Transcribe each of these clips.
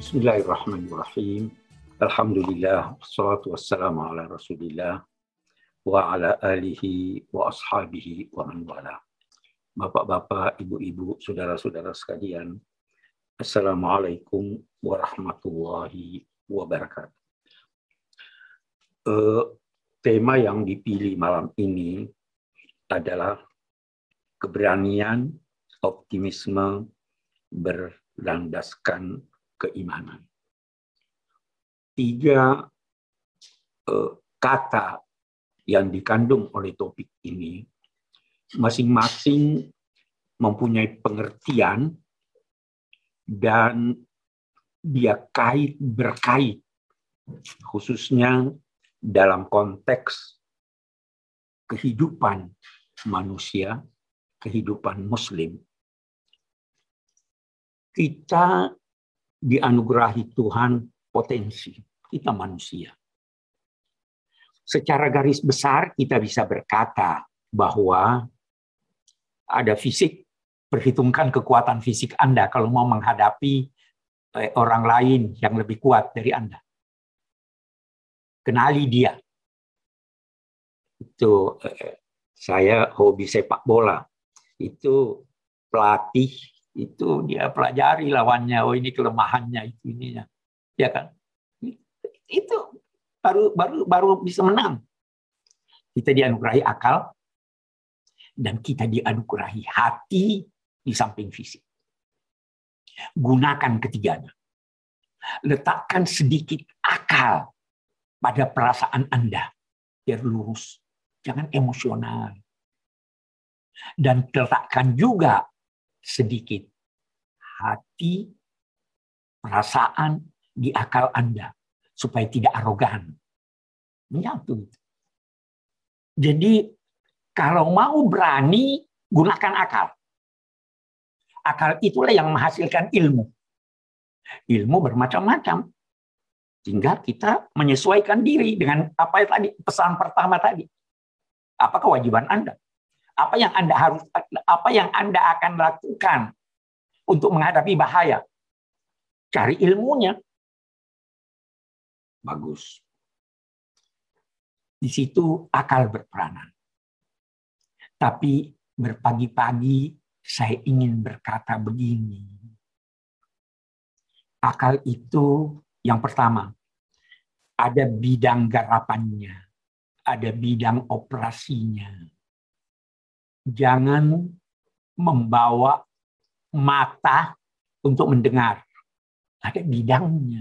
Bismillahirrahmanirrahim. Alhamdulillah, wassalatu wassalamu ala Rasulillah wa ala alihi wa ashabihi wa man wala. Bapak-bapak, ibu-ibu, saudara-saudara sekalian, Assalamualaikum warahmatullahi wabarakatuh. Tema yang dipilih malam ini adalah keberanian, optimisme, berlandaskan keimanan. 3 kata yang dikandung oleh topik ini masing-masing mempunyai pengertian dan dia berkait khususnya dalam konteks kehidupan manusia, kehidupan Muslim. Kita dianugerahi Tuhan potensi, kita manusia. Secara garis besar kita bisa berkata bahwa ada fisik, perhitungkan kekuatan fisik Anda kalau mau menghadapi orang lain yang lebih kuat dari Anda. Kenali dia. Itu saya hobi sepak bola. Itu pelatih itu dia pelajari lawannya, oh ini kelemahannya, itu ininya, ya kan? Itu baru bisa menang. Kita dianugerahi akal dan kita dianugerahi hati di samping fisik. Gunakan ketiganya. Letakkan sedikit akal pada perasaan Anda biar lurus, jangan emosional. Dan letakkan juga sedikit hati, perasaan di akal Anda supaya tidak arogan. Menyatu. Jadi kalau mau berani, gunakan akal. Akal itulah yang menghasilkan ilmu. Ilmu bermacam-macam. Tinggal kita menyesuaikan diri dengan apa tadi pesan pertama tadi. Apa kewajiban Anda? Apa yang Anda akan lakukan untuk menghadapi bahaya? Cari ilmunya. Bagus. Di situ akal berperanan. Tapi berpagi-pagi saya ingin berkata begini. Akal itu yang pertama, ada bidang garapannya, ada bidang operasinya. Jangan membawa mata untuk mendengar. Ada bidangnya.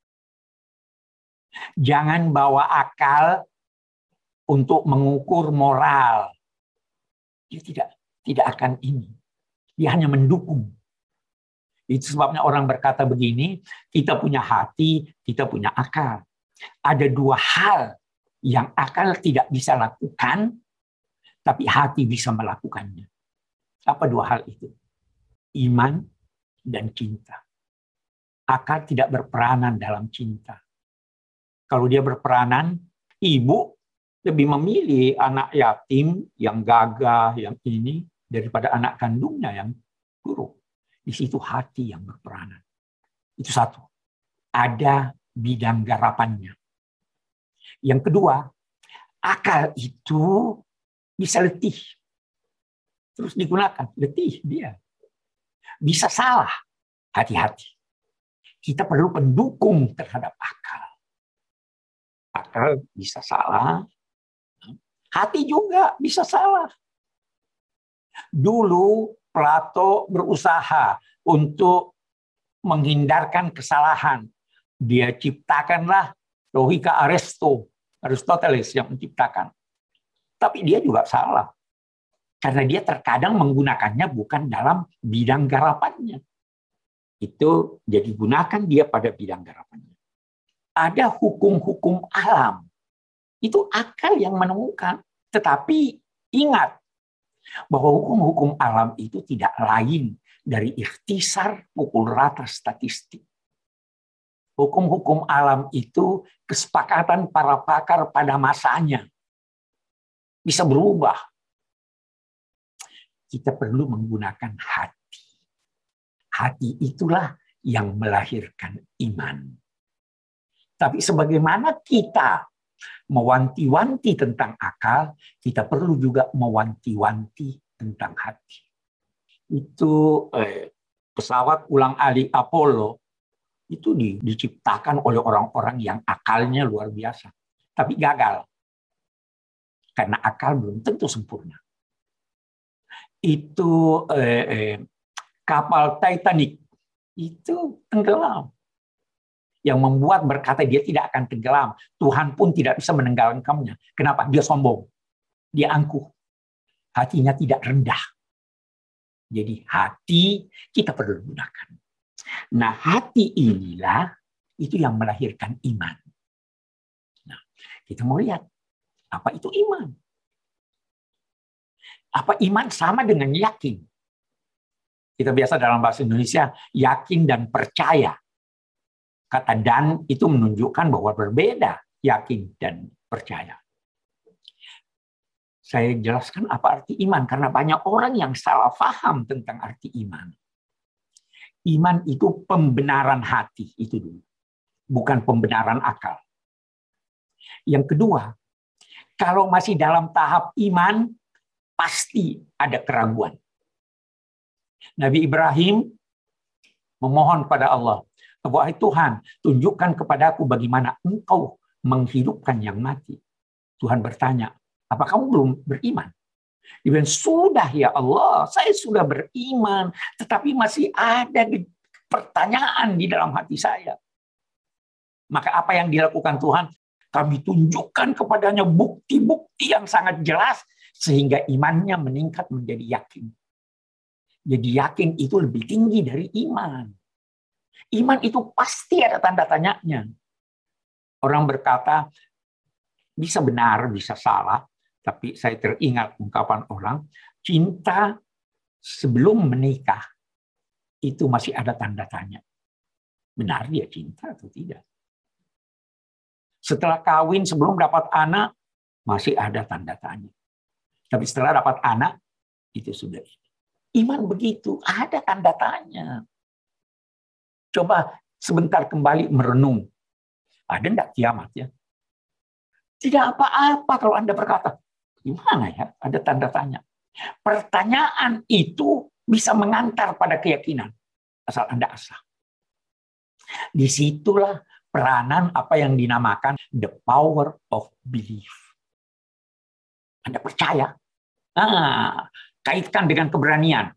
Jangan bawa akal untuk mengukur moral. Dia tidak akan ini. Dia hanya mendukung. Itu sebabnya orang berkata begini, kita punya hati, kita punya akal. Ada 2 hal yang akal tidak bisa lakukan, tapi hati bisa melakukannya. Apa 2 hal itu? Iman dan cinta. Akal tidak berperanan dalam cinta. Kalau dia berperanan, ibu lebih memilih anak yatim yang gagah, yang ini, daripada anak kandungnya yang buruk. Di situ hati yang berperanan. Itu 1. Ada bidang garapannya. Yang kedua, akal itu bisa letih. Terus digunakan. Letih dia. Bisa salah. Hati-hati. Kita perlu pendukung terhadap akal. Akal bisa salah. Hati juga bisa salah. Dulu Plato berusaha untuk menghindarkan kesalahan. Dia ciptakanlah logika Aristoteles yang menciptakan. Tapi dia juga salah. Karena dia terkadang menggunakannya bukan dalam bidang garapannya. Itu jadi gunakan dia pada bidang garapannya. Ada hukum-hukum alam. Itu akal yang menemukan. Tetapi ingat bahwa hukum-hukum alam itu tidak lain dari ikhtisar pukul rata statistik. Hukum-hukum alam itu kesepakatan para pakar pada masanya. Bisa berubah. Kita perlu menggunakan hati. Hati itulah yang melahirkan iman. Tapi sebagaimana kita mewanti-wanti tentang akal, kita perlu juga mewanti-wanti tentang hati. Itu pesawat ulang-alik Apollo itu diciptakan oleh orang-orang yang akalnya luar biasa, tapi gagal karena akal belum tentu sempurna. Itu kapal Titanic itu tenggelam. Yang membuat berkata dia tidak akan tenggelam. Tuhan pun tidak bisa menenggelamkannya. Kenapa? Dia sombong. Dia angkuh. Hatinya tidak rendah. Jadi hati kita perlu gunakan. Nah, hati inilah itu yang melahirkan iman. Nah, kita mau lihat apa itu iman. Apa iman sama dengan yakin? Kita biasa dalam bahasa Indonesia yakin dan percaya. Kata dan itu menunjukkan bahwa berbeda yakin dan percaya. Saya jelaskan apa arti iman karena banyak orang yang salah paham tentang arti iman. Iman itu pembenaran hati itu dulu, bukan pembenaran akal. Yang kedua, kalau masih dalam tahap iman pasti ada keraguan. Nabi Ibrahim memohon pada Allah, wahai Tuhan, tunjukkan kepadaku bagaimana Engkau menghidupkan yang mati. Tuhan bertanya, apa kamu belum beriman? Dia bilang, sudah ya Allah, saya sudah beriman, tetapi masih ada pertanyaan di dalam hati saya. Maka apa yang dilakukan Tuhan? Kami tunjukkan kepadanya bukti-bukti yang sangat jelas, sehingga imannya meningkat menjadi yakin. Jadi yakin itu lebih tinggi dari iman. Iman itu pasti ada tanda tanyanya. Orang berkata, bisa benar, bisa salah, tapi saya teringat ungkapan orang, cinta sebelum menikah, itu masih ada tanda tanya. Benar dia cinta atau tidak? Setelah kawin, sebelum dapat anak, masih ada tanda tanya. Tapi setelah dapat anak, itu sudah. Iman begitu, ada tanda tanya. Coba sebentar kembali merenung. Ada enggak kiamat ya? Tidak apa-apa kalau Anda berkata, gimana ya? Ada tanda tanya. Pertanyaan itu bisa mengantar pada keyakinan. Asal Anda asah. Disitulah peranan apa yang dinamakan the power of belief. Anda percaya? Nah, kaitkan dengan keberanian.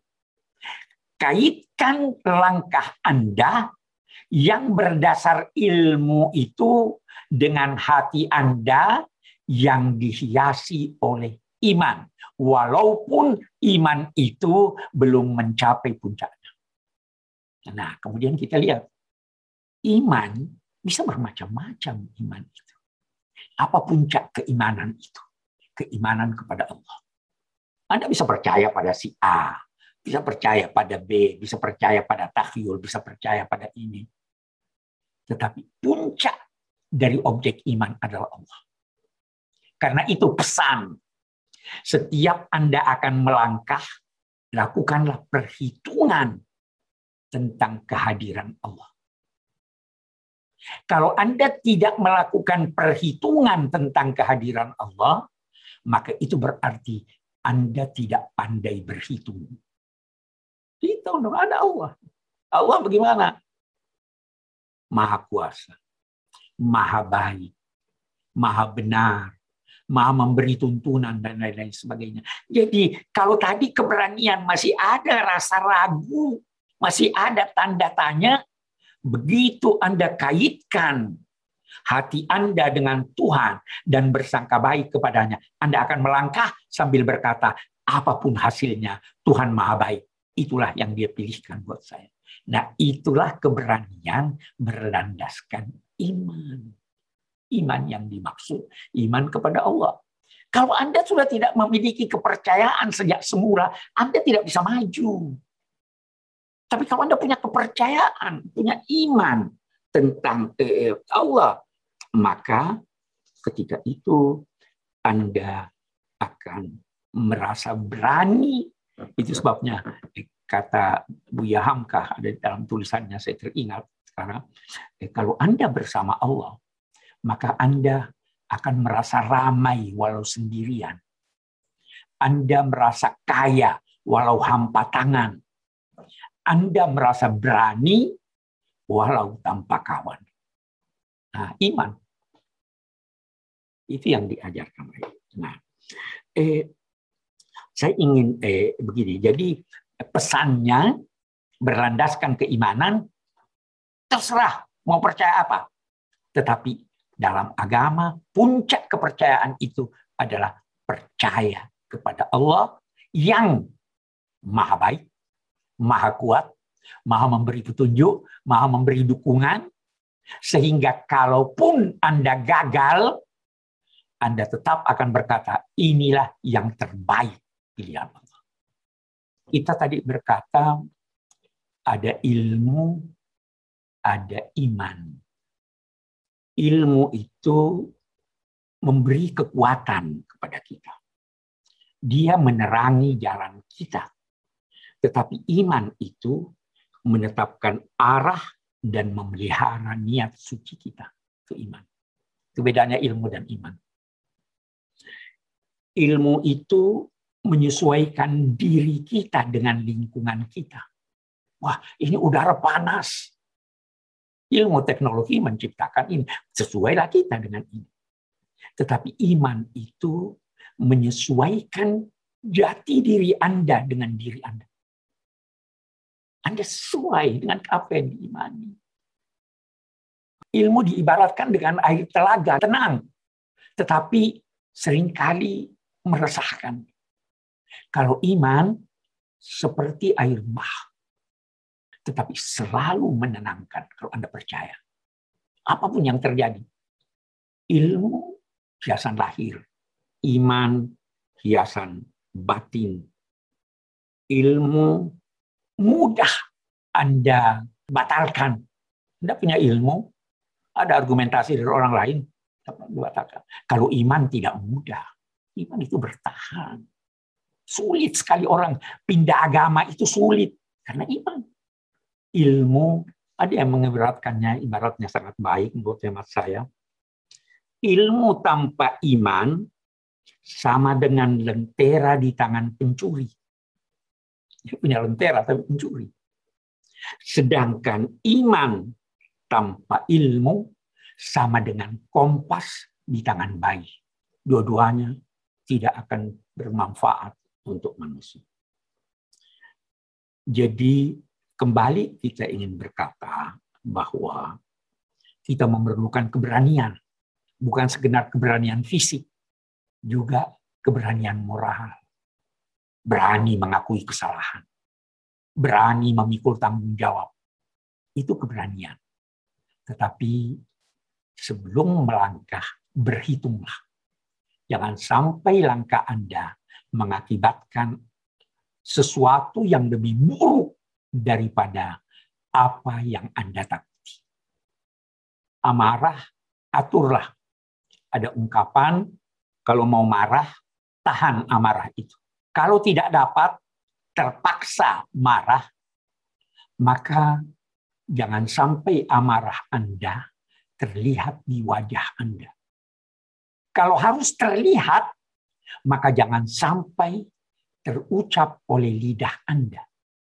Kaitkan langkah Anda yang berdasar ilmu itu dengan hati Anda yang dihiasi oleh iman. Walaupun iman itu belum mencapai puncaknya. Nah, kemudian kita lihat. Iman bisa bermacam-macam iman itu. Apa puncak keimanan itu? Keimanan kepada Allah. Anda bisa percaya pada si A, bisa percaya pada B, bisa percaya pada takhyul, bisa percaya pada ini. Tetapi puncak dari objek iman adalah Allah. Karena itu pesan. Setiap Anda akan melangkah, lakukanlah perhitungan tentang kehadiran Allah. Kalau Anda tidak melakukan perhitungan tentang kehadiran Allah, maka itu berarti Anda tidak pandai berhitung. Hitung dong, ada Allah. Allah bagaimana? Maha kuasa, maha baik, maha benar, maha memberi tuntunan, dan lain-lain sebagainya. Jadi kalau tadi keberanian masih ada rasa ragu, masih ada tanda tanya, begitu Anda kaitkan hati Anda dengan Tuhan dan bersangka baik kepadanya, Anda akan melangkah sambil berkata, apapun hasilnya, Tuhan maha baik. Itulah yang dia pilihkan buat saya. Nah, itulah keberanian berlandaskan iman. Iman yang dimaksud, iman kepada Allah. Kalau Anda sudah tidak memiliki kepercayaan sejak semula, Anda tidak bisa maju. Tapi kalau Anda punya kepercayaan, punya iman tentang Allah, maka ketika itu Anda akan merasa berani. Itu sebabnya kata Buya Hamka ada dalam tulisannya, saya teringat sekarang, kalau Anda bersama Allah, maka Anda akan merasa ramai walau sendirian. Anda merasa kaya walau hampa tangan. Anda merasa berani walau tanpa kawan. Nah, iman. Itu yang diajarkan. Nah, saya ingin begini. Jadi pesannya berlandaskan keimanan, terserah mau percaya apa. Tetapi dalam agama, puncak kepercayaan itu adalah percaya kepada Allah yang maha baik, maha kuat, maha memberi petunjuk, maha memberi dukungan, sehingga kalaupun Anda gagal, Anda tetap akan berkata, inilah yang terbaik pilihan Allah. Kita tadi berkata, ada ilmu, ada iman. Ilmu itu memberi kekuatan kepada kita. Dia menerangi jalan kita. Tetapi iman itu menetapkan arah dan memelihara niat suci kita. Itu iman. Itu bedanya ilmu dan iman. Ilmu itu menyesuaikan diri kita dengan lingkungan kita. Wah, ini udara panas. Ilmu teknologi menciptakan ini. Sesuailah kita dengan ini. Tetapi iman itu menyesuaikan jati diri Anda dengan diri Anda. Anda sesuai dengan apa yang diimani. Ilmu diibaratkan dengan air telaga, tenang. Tetapi seringkali meresahkan. Kalau iman seperti air bah. Tetapi selalu menenangkan kalau Anda percaya. Apapun yang terjadi. Ilmu hiasan lahir. Iman hiasan batin. Ilmu mudah Anda batalkan. Anda punya ilmu, ada argumentasi dari orang lain, dibatalkan. Kalau iman tidak mudah. Iman itu bertahan. Sulit sekali orang pindah agama itu sulit. Karena iman. Ilmu, ada yang mengibaratkannya, ibaratnya sangat baik menurut hemat saya. Ilmu tanpa iman sama dengan lentera di tangan pencuri. Dia punya lentera tapi pencuri. Sedangkan iman tanpa ilmu sama dengan kompas di tangan bayi. Dua-duanya tidak akan bermanfaat untuk manusia. Jadi kembali kita ingin berkata bahwa kita memerlukan keberanian. Bukan sekedar keberanian fisik, juga keberanian moral. Berani mengakui kesalahan. Berani memikul tanggung jawab. Itu keberanian. Tetapi sebelum melangkah, berhitunglah. Jangan sampai langkah Anda mengakibatkan sesuatu yang lebih buruk daripada apa yang Anda takuti. Amarah, aturlah. Ada ungkapan, kalau mau marah, tahan amarah itu. Kalau tidak dapat, terpaksa marah, maka jangan sampai amarah Anda terlihat di wajah Anda. Kalau harus terlihat, maka jangan sampai terucap oleh lidah Anda.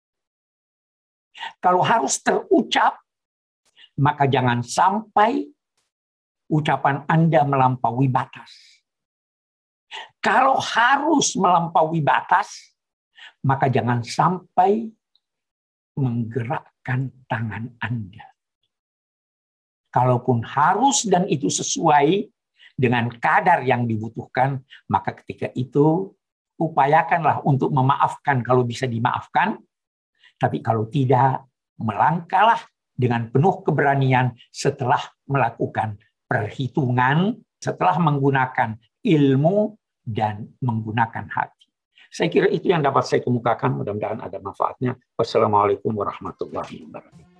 Kalau harus terucap, maka jangan sampai ucapan Anda melampaui batas. Kalau harus melampaui batas, maka jangan sampai menggerakkan tangan Anda. Kalaupun harus dan itu sesuai dengan kadar yang dibutuhkan, maka ketika itu upayakanlah untuk memaafkan kalau bisa dimaafkan. Tapi kalau tidak, melangkahlah dengan penuh keberanian setelah melakukan perhitungan, setelah menggunakan ilmu dan menggunakan hati. Saya kira itu yang dapat saya kemukakan. Mudah-mudahan ada manfaatnya. Wassalamualaikum warahmatullahi wabarakatuh.